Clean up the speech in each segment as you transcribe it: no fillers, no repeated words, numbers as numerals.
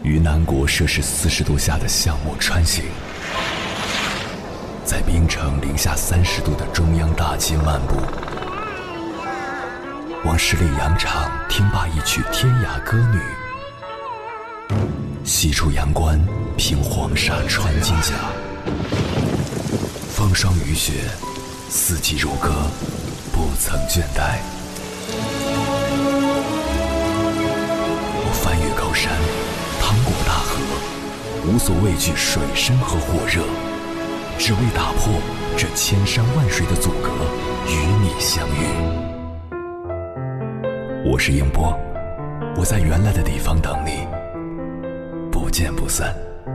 于南国摄氏40度下的项目穿行，在冰城零下30度的中央大街漫步，往十里洋场听罢一曲天涯歌女，西出阳关凭黄沙穿金甲，风霜雨雪，四季如歌，不曾倦怠。我翻越高山，趟过大河，无所畏惧水深和火热，只为打破这千山万水的阻隔，与你相遇。我是英波，我在原来的地方等你，不见不散。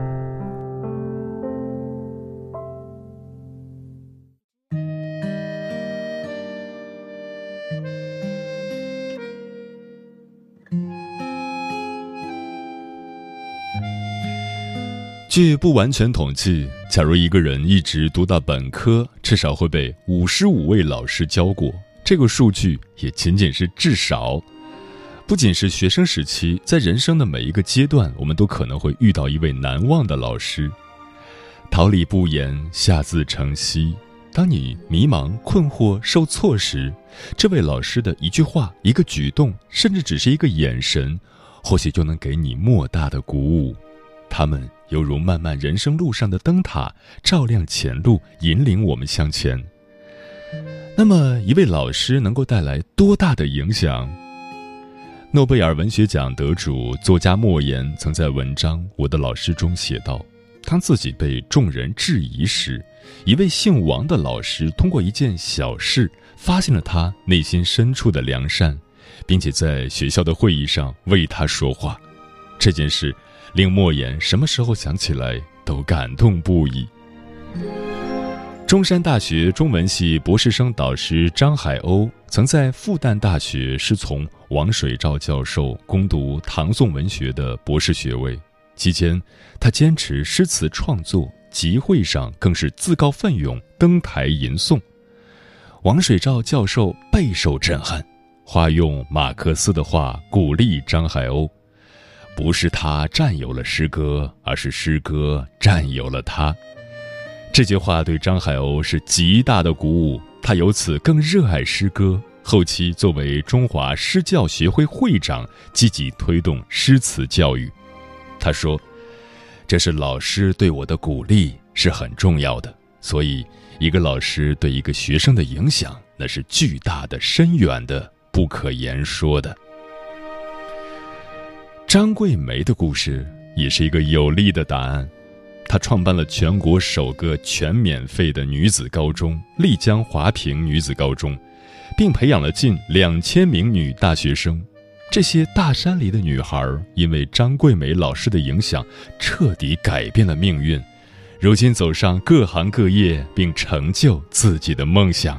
据不完全统计，假如一个人一直读到本科，至少会被55位老师教过。这个数据也仅仅是至少。不仅是学生时期，在人生的每一个阶段，我们都可能会遇到一位难忘的老师。桃李不言，下自成蹊。当你迷茫、困惑、受挫时，这位老师的一句话、一个举动，甚至只是一个眼神，或许就能给你莫大的鼓舞。他们犹如漫漫人生路上的灯塔，照亮前路，引领我们向前。那么，一位老师能够带来多大的影响？诺贝尔文学奖得主作家莫言曾在文章《我的老师》中写道，当自己被众人质疑时，一位姓王的老师通过一件小事发现了他内心深处的良善，并且在学校的会议上为他说话。这件事令莫言什么时候想起来都感动不已。中山大学中文系博士生导师张海鸥曾在复旦大学师从王水照教授攻读唐宋文学的博士学位，期间他坚持诗词创作，集会上更是自告奋勇登台吟诵。王水照教授备受震撼，化用马克思的话鼓励张海鸥，不是他占有了诗歌，而是诗歌占有了他。这句话对张海鸥是极大的鼓舞，他由此更热爱诗歌，后期作为中华诗教协会会长，积极推动诗词教育。他说，这是老师对我的鼓励，是很重要的，所以一个老师对一个学生的影响，那是巨大的、深远的、不可言说的。张桂梅的故事也是一个有力的答案。她创办了全国首个全免费的女子高中丽江华坪女子高中，并培养了近2000名女大学生。这些大山里的女孩因为张桂梅老师的影响，彻底改变了命运，如今走上各行各业，并成就自己的梦想。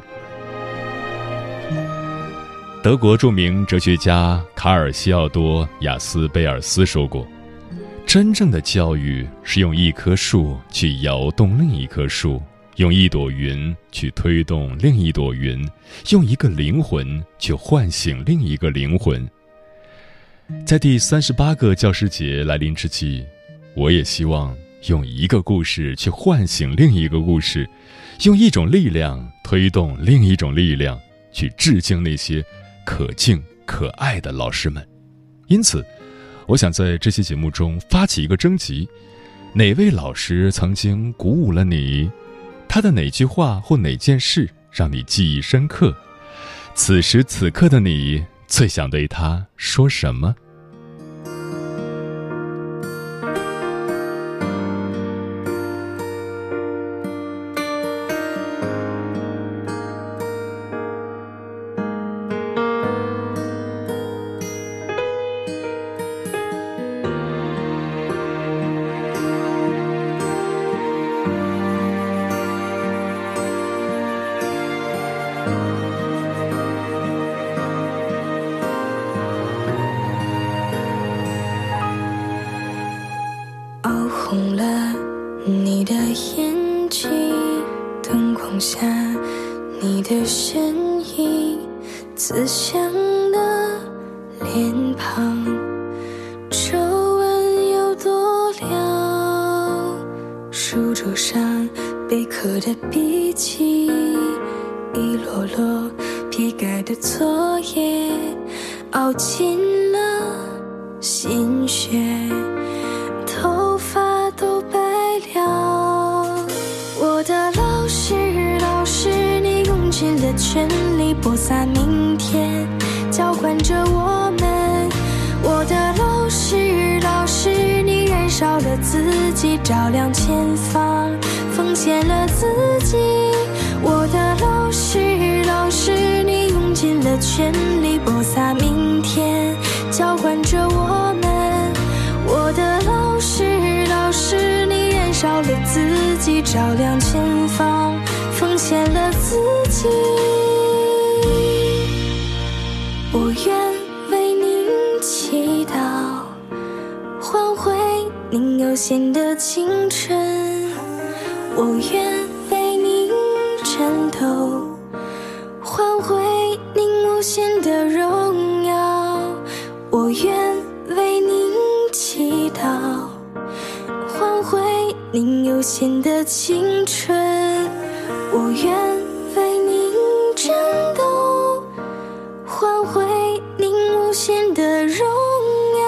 德国著名哲学家卡尔西奥多·雅斯贝尔斯说过，真正的教育是用一棵树去摇动另一棵树，用一朵云去推动另一朵云，用一个灵魂去唤醒另一个灵魂。在第38个教师节来临之际，我也希望用一个故事去唤醒另一个故事，用一种力量推动另一种力量，去致敬那些可敬可爱的老师们。因此我想在这期节目中发起一个征集，哪位老师曾经鼓舞了你？他的哪句话或哪件事让你记忆深刻？此时此刻的你最想对他说什么？ 红了你的眼睛，灯光下你的身影，慈祥的脸庞，皱纹有多桌上备课的笔记，一摞摞批改的作业，熬尽了心血，头发都白了。我的老师，你用尽了全力播撒明天，浇灌着我们。我的老师，你燃烧了自己，照亮前方，奉献了自己。我的老师，你用尽了全力播撒明天，浇灌着我们。我的老师，你燃烧了自己，照亮前方，奉献了自己。我愿为您祈祷，换回您有限的青春。我愿为您战斗，换回您无限的荣耀。我愿为您祈祷，换回您有限的青春。我愿为您战斗，换回您无限的荣耀。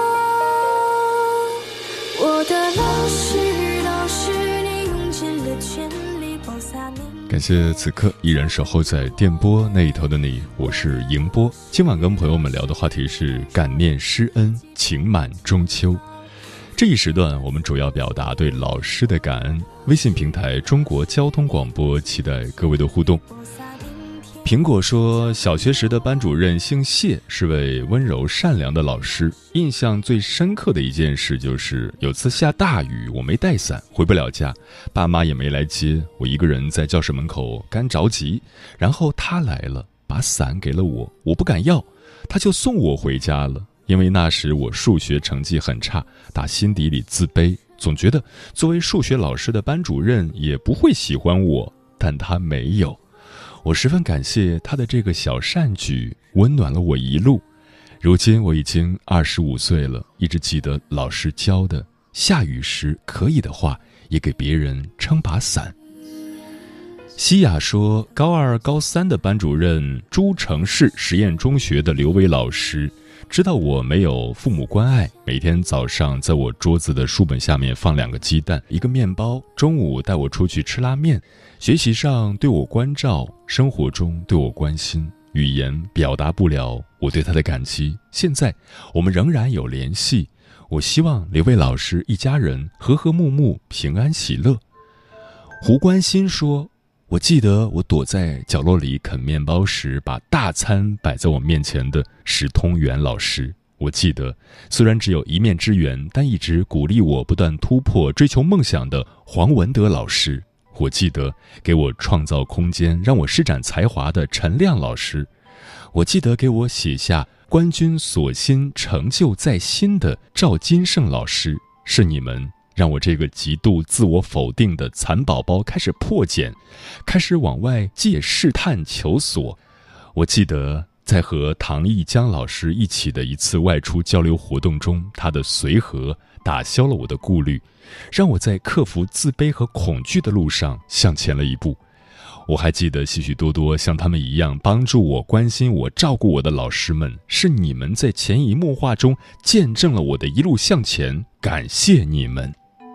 我的老师，你用尽了全力播撒明天。 感谢此刻依然守候在电波那一头的你，我是迎波。今晚跟朋友们聊的话题是感念师恩，情满中秋。这一时段我们主要表达对老师的感恩。微信平台中国交通广播期待各位的互动。苹果说，小学时的班主任姓谢，是位温柔善良的老师。印象最深刻的一件事就是有次下大雨，我没带伞，回不了家，爸妈也没来接，我一个人在教室门口干着急，然后他来了，把伞给了我，我不敢要，他就送我回家了。因为那时我数学成绩很差，打心底里自卑，总觉得作为数学老师的班主任也不会喜欢我，但他没有。我十分感谢他的这个小善举，温暖了我一路。如今我已经25岁了，一直记得老师教的，下雨时可以的话，也给别人撑把伞。西雅说，高2、高3的班主任诸城市实验中学的刘伟老师，知道我没有父母关爱，每天早上在我桌子的书本下面放2个鸡蛋、1个面包，中午带我出去吃拉面，学习上对我关照，生活中对我关心，语言表达不了我对他的感激。现在我们仍然有联系，我希望刘伟老师一家人和和睦睦，平安喜乐。胡关心说，我记得我躲在角落里啃面包时，把大餐摆在我面前的史通元老师。我记得虽然只有一面之缘，但一直鼓励我不断突破追求梦想的黄文德老师。我记得给我创造空间让我施展才华的陈亮老师。我记得给我写下官军所心成就在心的赵金胜老师。是你们让我这个极度自我否定的蚕宝宝开始破茧，开始往外界试探求索。我记得在和唐毅江老师一起的一次外出交流活动中，他的随和打消了我的顾虑，让我在克服自卑和恐惧的路上向前了一步。我还记得许许多多像他们一样帮助我、关心我、照顾我的老师们，是你们在潜移默化中见证了我的一路向前，感谢你们。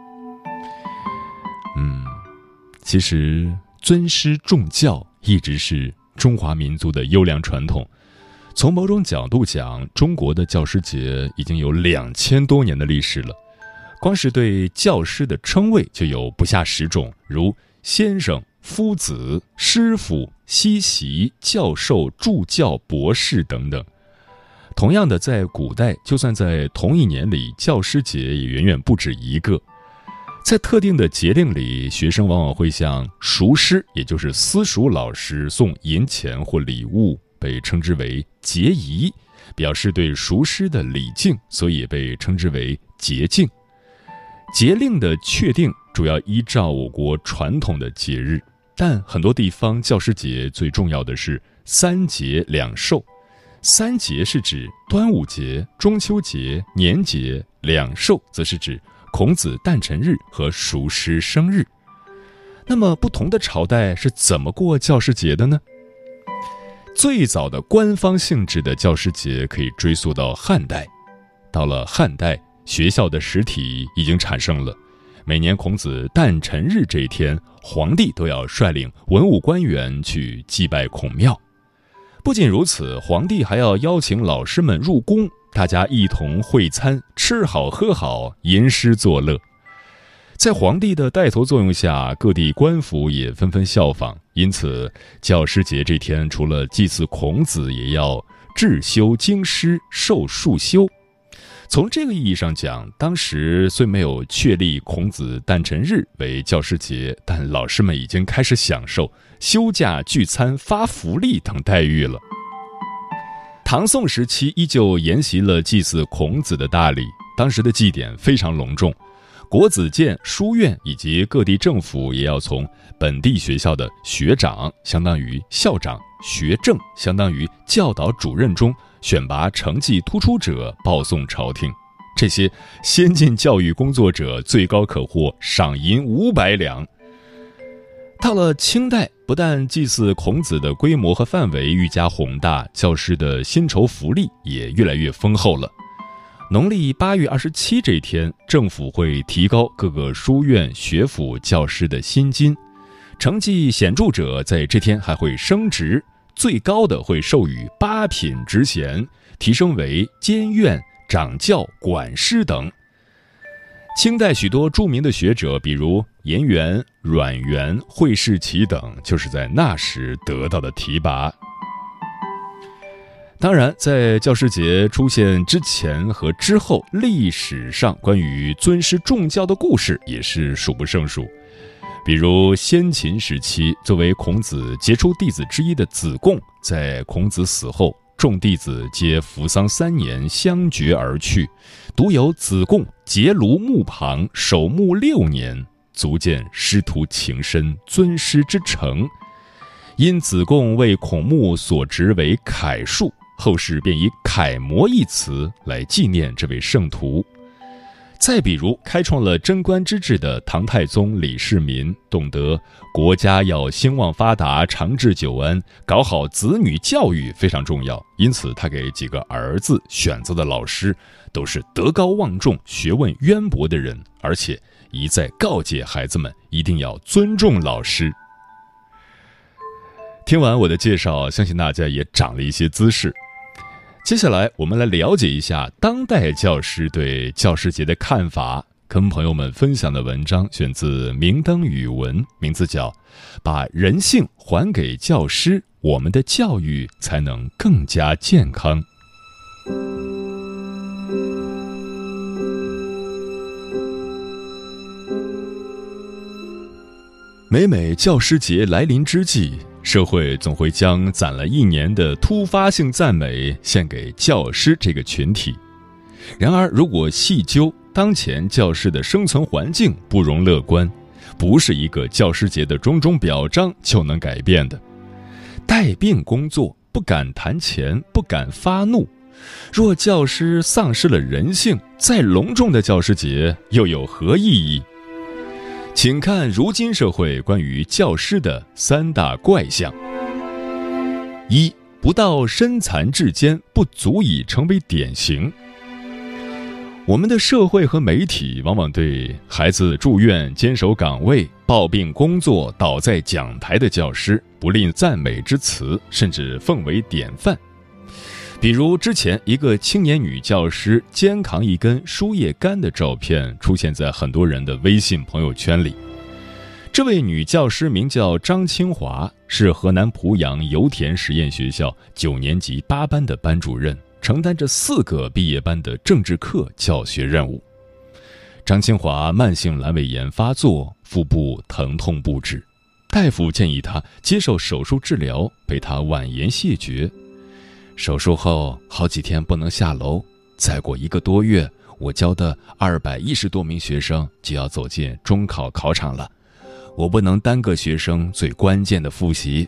其实尊师重教一直是中华民族的优良传统。从某种角度讲，中国的教师节已经有2000多年的历史了。光是对教师的称谓就有不下10种，如先生、夫子、师傅、西席、教授、助教、博士等等。同样的，在古代，就算在同一年里，教师节也远远不止一个。在特定的节令里，学生往往会向塾师，也就是私塾老师送银钱或礼物，被称之为节仪，表示对塾师的礼敬，所以也被称之为节敬。节令的确定主要依照我国传统的节日，但很多地方教师节最重要的是3节2寿。3节是指端午节、中秋节、年节，2寿则是指孔子诞辰日和熟师生日。那么不同的朝代是怎么过教师节的呢？最早的官方性质的教师节可以追溯到汉代。到了汉代，学校的实体已经产生了，每年孔子诞辰日这一天，皇帝都要率领文武官员去祭拜孔庙。不仅如此，皇帝还要邀请老师们入宫，大家一同会餐，吃好喝好，吟诗作乐。在皇帝的带头作用下，各地官府也纷纷效仿，因此教师节这天除了祭祀孔子，也要治修经师，授束修。从这个意义上讲，当时虽没有确立孔子诞辰日为教师节，但老师们已经开始享受休假聚餐、发福利等待遇了。唐宋时期依旧沿袭了祭祀孔子的大礼，当时的祭典非常隆重，国子监、书院以及各地政府也要从本地学校的学长（相当于校长）、学政（相当于教导主任）中选拔成绩突出者报送朝廷。这些先进教育工作者最高可获赏银500两。到了清代，不但祭祀孔子的规模和范围愈加宏大，教师的薪酬福利也越来越丰厚了。农历8月27这一天，政府会提高各个书院学府教师的薪金，成绩显著者在这天还会升职，最高的会授予8品职衔，提升为监院、掌教、管师等。清代许多著名的学者，比如颜渊、阮元、惠士奇等，就是在那时得到的提拔。当然，在教师节出现之前和之后，历史上关于尊师重教的故事也是数不胜数。比如先秦时期，作为孔子杰出弟子之一的子贡，在孔子死后，众弟子皆服丧3年，相绝而去，独有子贡结庐墓旁，守墓6年，足见师徒情深，尊师之诚。因子贡为孔墓所植为楷树，后世便以楷模一词来纪念这位圣徒。再比如开创了贞观之治的唐太宗李世民，懂得国家要兴旺发达、长治久安，搞好子女教育非常重要，因此他给几个儿子选择的老师都是德高望重、学问渊博的人，而且一再告诫孩子们一定要尊重老师。听完我的介绍，相信大家也长了一些姿势。接下来我们来了解一下当代教师对教师节的看法。跟朋友们分享的文章选自明灯语文，名字叫《把人性还给教师，我们的教育才能更加健康》。每每教师节来临之际，社会总会将攒了1年的突发性赞美献给教师这个群体。然而，如果细究，当前教师的生存环境不容乐观，不是一个教师节的种种表彰就能改变的。带病工作，不敢谈钱，不敢发怒。若教师丧失了人性，再隆重的教师节又有何意义？请看如今社会关于教师的3大怪象。1. 不到身残志坚，不足以成为典型。我们的社会和媒体往往对孩子住院、坚守岗位、抱病工作、倒在讲台的教师不吝赞美之词，甚至奉为典范。比如之前一个青年女教师肩扛一根输液杆的照片出现在很多人的微信朋友圈里。这位女教师名叫张清华，是河南濮阳油田实验学校9年级8班的班主任，承担着4个毕业班的政治课教学任务。张清华慢性阑尾炎发作，腹部疼痛不止，大夫建议她接受手术治疗，被她婉言谢绝。手术后好几天不能下楼，再过1个多月，我教的210多名学生就要走进中考考场了，我不能耽搁学生最关键的复习。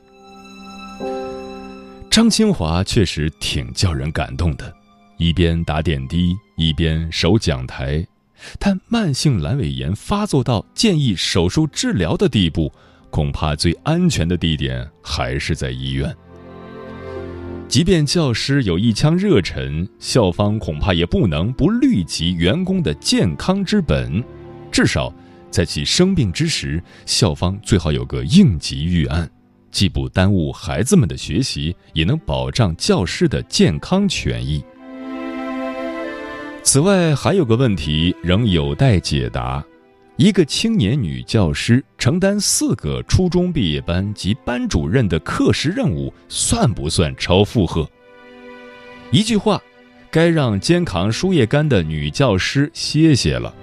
张清华确实挺叫人感动的，一边打点滴，一边守讲台， 但慢性阑尾炎发作到建议手术治疗的地步，恐怕最安全的地点还是在医院。即便教师有一腔热忱，校方恐怕也不能不虑及员工的健康之本，至少在其生病之时，校方最好有个应急预案，既不耽误孩子们的学习，也能保障教师的健康权益。此外，还有个问题仍有待解答：一个青年女教师承担4个初中毕业班及班主任的课时任务，算不算超负荷？一句话，该让肩扛输液杆的女教师歇歇了。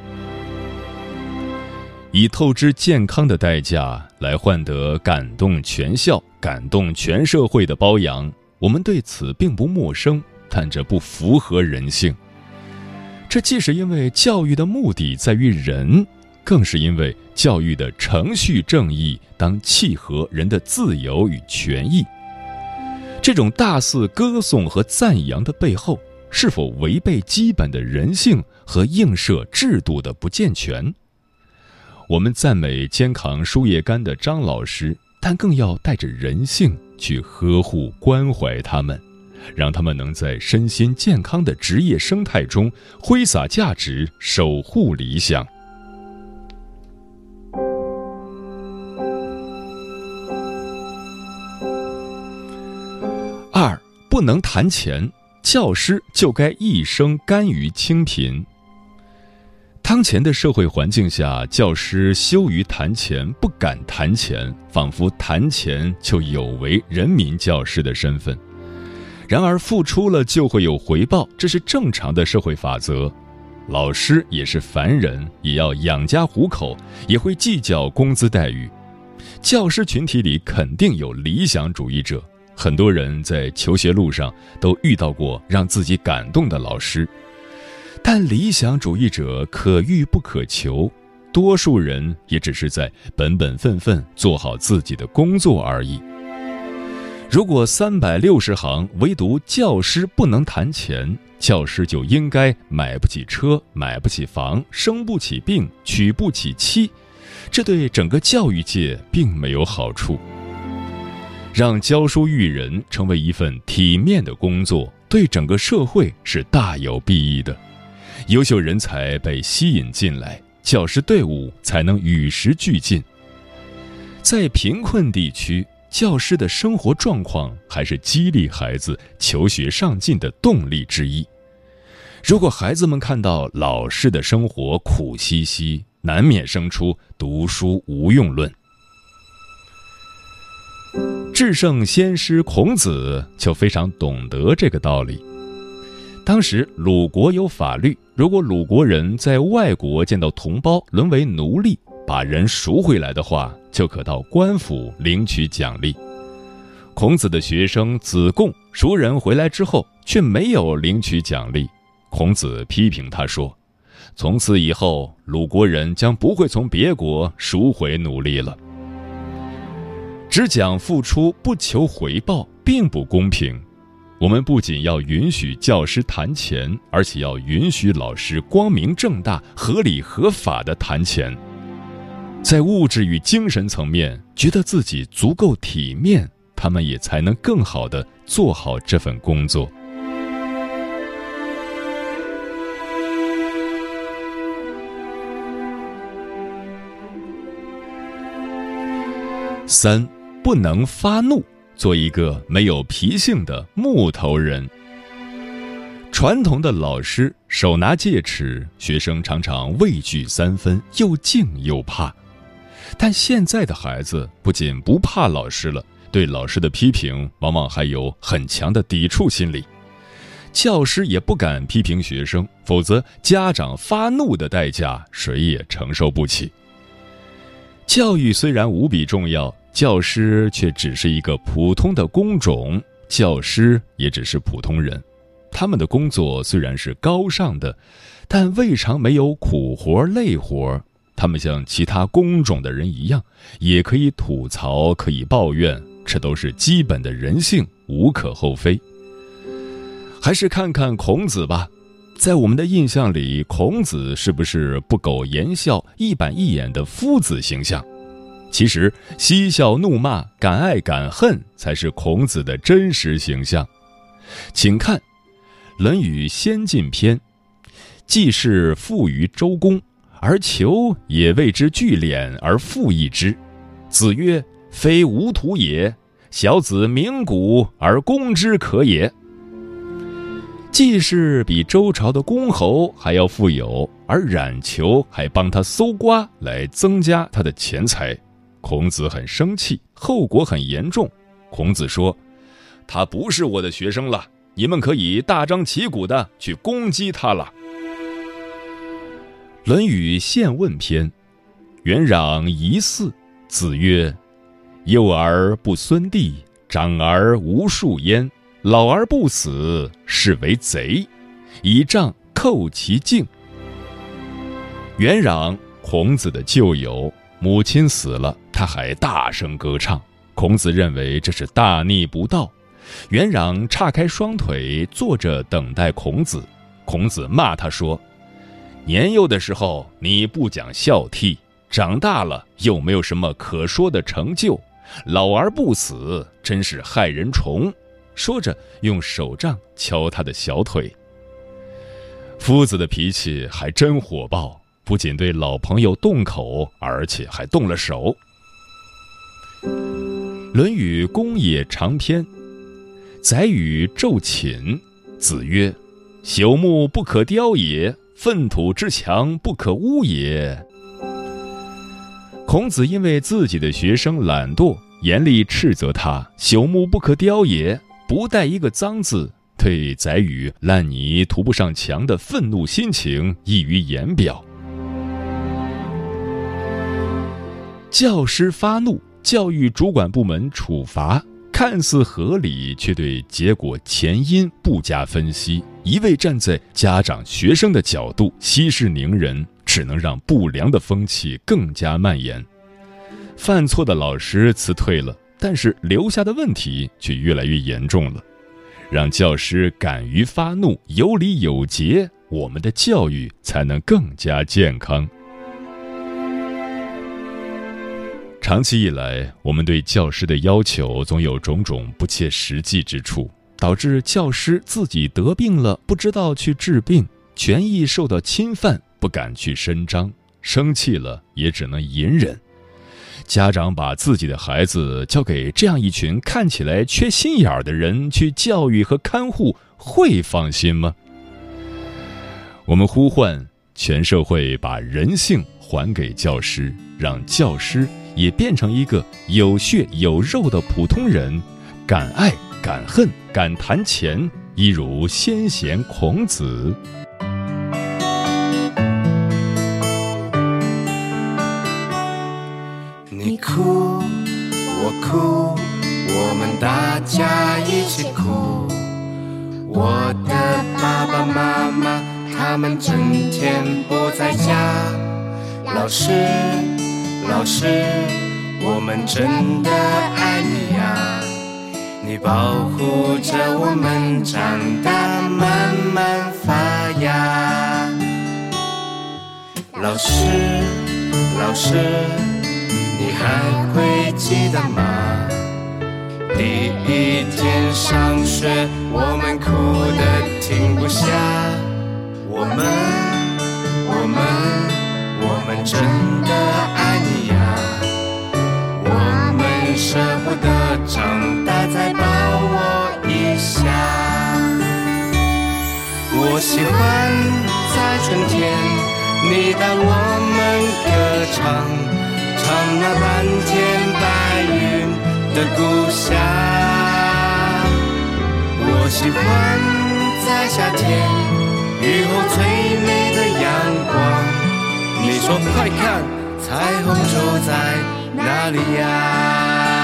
以透支健康的代价来换得感动全校、感动全社会的褒扬，我们对此并不陌生，但这不符合人性。这既是因为教育的目的在于人，更是因为教育的程序正义当契合人的自由与权益。这种大肆歌颂和赞扬的背后，是否违背基本的人性和映射制度的不健全？我们赞美肩扛输液杆的张老师，但更要带着人性去呵护关怀他们，让他们能在身心健康的职业生态中挥洒价值，守护理想。2. 不能谈钱，教师就该一生甘于清贫。当前的社会环境下，教师羞于谈钱，不敢谈钱，仿佛谈钱就有违人民教师的身份。然而付出了就会有回报，这是正常的社会法则。老师也是凡人，也要养家糊口，也会计较工资待遇。教师群体里肯定有理想主义者，很多人在求学路上都遇到过让自己感动的老师。但理想主义者可遇不可求，多数人也只是在本本分分做好自己的工作而已。如果360行唯独教师不能谈钱，教师就应该买不起车，买不起房，生不起病，娶不起妻，这对整个教育界并没有好处。让教书育人成为一份体面的工作，对整个社会是大有裨益的。优秀人才被吸引进来，教师队伍才能与时俱进。在贫困地区，教师的生活状况还是激励孩子求学上进的动力之一。如果孩子们看到老师的生活苦兮兮，难免生出读书无用论。至圣先师孔子就非常懂得这个道理。当时鲁国有法律，如果鲁国人在外国见到同胞沦为奴隶，把人赎回来的话，就可到官府领取奖励。孔子的学生子贡赎人回来之后，却没有领取奖励。孔子批评他说：“从此以后，鲁国人将不会从别国赎回奴隶了。”只讲付出不求回报，并不公平。我们不仅要允许教师谈钱，而且要允许老师光明正大、合理合法地谈钱。在物质与精神层面觉得自己足够体面，他们也才能更好地做好这份工作。3. 不能发怒，做一个没有脾性的木头人。传统的老师手拿戒尺，学生常常畏惧3分，又敬又怕。但现在的孩子不仅不怕老师了，对老师的批评往往还有很强的抵触心理。教师也不敢批评学生，否则家长发怒的代价谁也承受不起。教育虽然无比重要，教师却只是一个普通的工种，教师也只是普通人。他们的工作虽然是高尚的，但未尝没有苦活累活。他们像其他工种的人一样，也可以吐槽，可以抱怨，这都是基本的人性，无可厚非。还是看看孔子吧， 在我们的印象里，孔子是不是不苟言笑、一板一眼的夫子形象？其实，嬉笑怒骂、敢爱敢恨才是孔子的真实形象。请看《论语先进篇》，季氏附于周公，而求也为之聚敛而复议之。子曰：非吾徒也，小子鸣鼓而攻之可也。季氏比周朝的公侯还要富有，而冉求还帮他搜刮来增加他的钱财。孔子很生气，后果很严重。孔子说：他不是我的学生了，你们可以大张旗鼓地去攻击他了。论语宪问篇，元攘疑祀。子曰：幼而不孙弟，长而无庶焉，老而不死，是为贼，以杖扣其颈。元攘，孔子的旧友，母亲死了，他还大声歌唱。孔子认为这是大逆不道，元攘岔开双腿坐着等待孔子。孔子骂他说：年幼的时候你不讲孝悌，长大了又没有什么可说的成就，老而不死，真是害人虫。说着用手杖敲他的小腿。夫子的脾气还真火爆，不仅对老朋友动口，而且还动了手。论语公冶长篇，宰予昼寝。子曰：朽木不可雕也，粪土之墙不可污也。孔子因为自己的学生懒惰，严厉斥责他朽木不可雕也，不带一个脏字，对宰予烂泥涂不上墙的愤怒心情溢于言表。教师发怒，教育主管部门处罚，看似合理，却对结果前因不加分析，一味站在家长学生的角度息事宁人，只能让不良的风气更加蔓延。犯错的老师辞退了，但是留下的问题却越来越严重了。让教师敢于发怒，有理有节，我们的教育才能更加健康。长期以来，我们对教师的要求总有种种不切实际之处，导致教师自己得病了不知道去治病，权益受到侵犯不敢去伸张，生气了也只能隐忍。家长把自己的孩子交给这样一群看起来缺心眼儿的人去教育和看护，会放心吗？我们呼唤全社会把人性还给教师，让教师也变成一个有血有肉的普通人，敢爱敢恨敢谈钱，一如先贤孔子。 你哭我哭，我们大家一起哭。我的爸爸妈妈他们整天不在家，老师我们真的爱你呀，你保护着我们长大慢慢发芽。老师你还会记得吗？第一天上学我们哭得停不下，我们真的爱你呀，我们舍不得长大再抱我一下。我喜欢在春天你带我们歌唱，唱那蓝天白云的故乡。我喜欢在夏天雨后最美的阳光，你说快看彩虹就在哪里呀？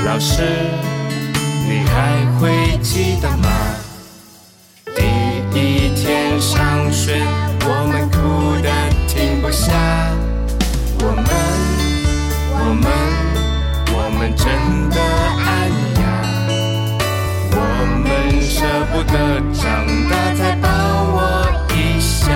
老师，你还会记得吗？第一天上学，我们哭得停不下。我们真的爱你呀！我们舍不得长大，再抱我一下。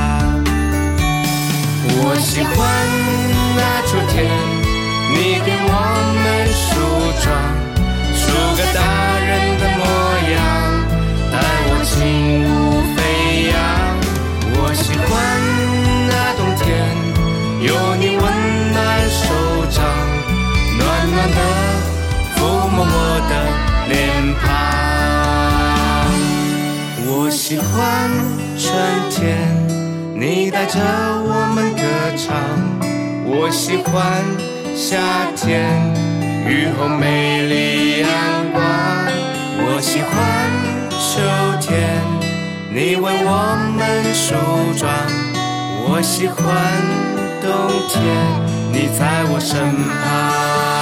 我喜欢那秋天，你给我们梳妆，梳个大人的模样，带我轻舞飞扬。我喜欢那冬天，有你温暖手掌，暖暖的抚摸我的脸庞。我喜欢春天，你带着我们歌唱。我喜欢夏天，雨后美丽阳光。我喜欢秋天，你为我们梳妆。我喜欢冬天，你在我身旁。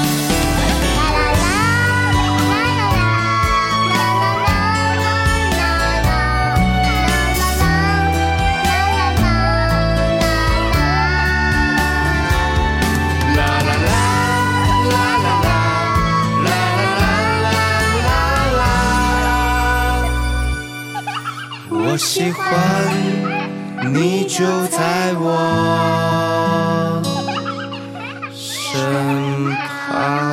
我喜欢你就在我身旁。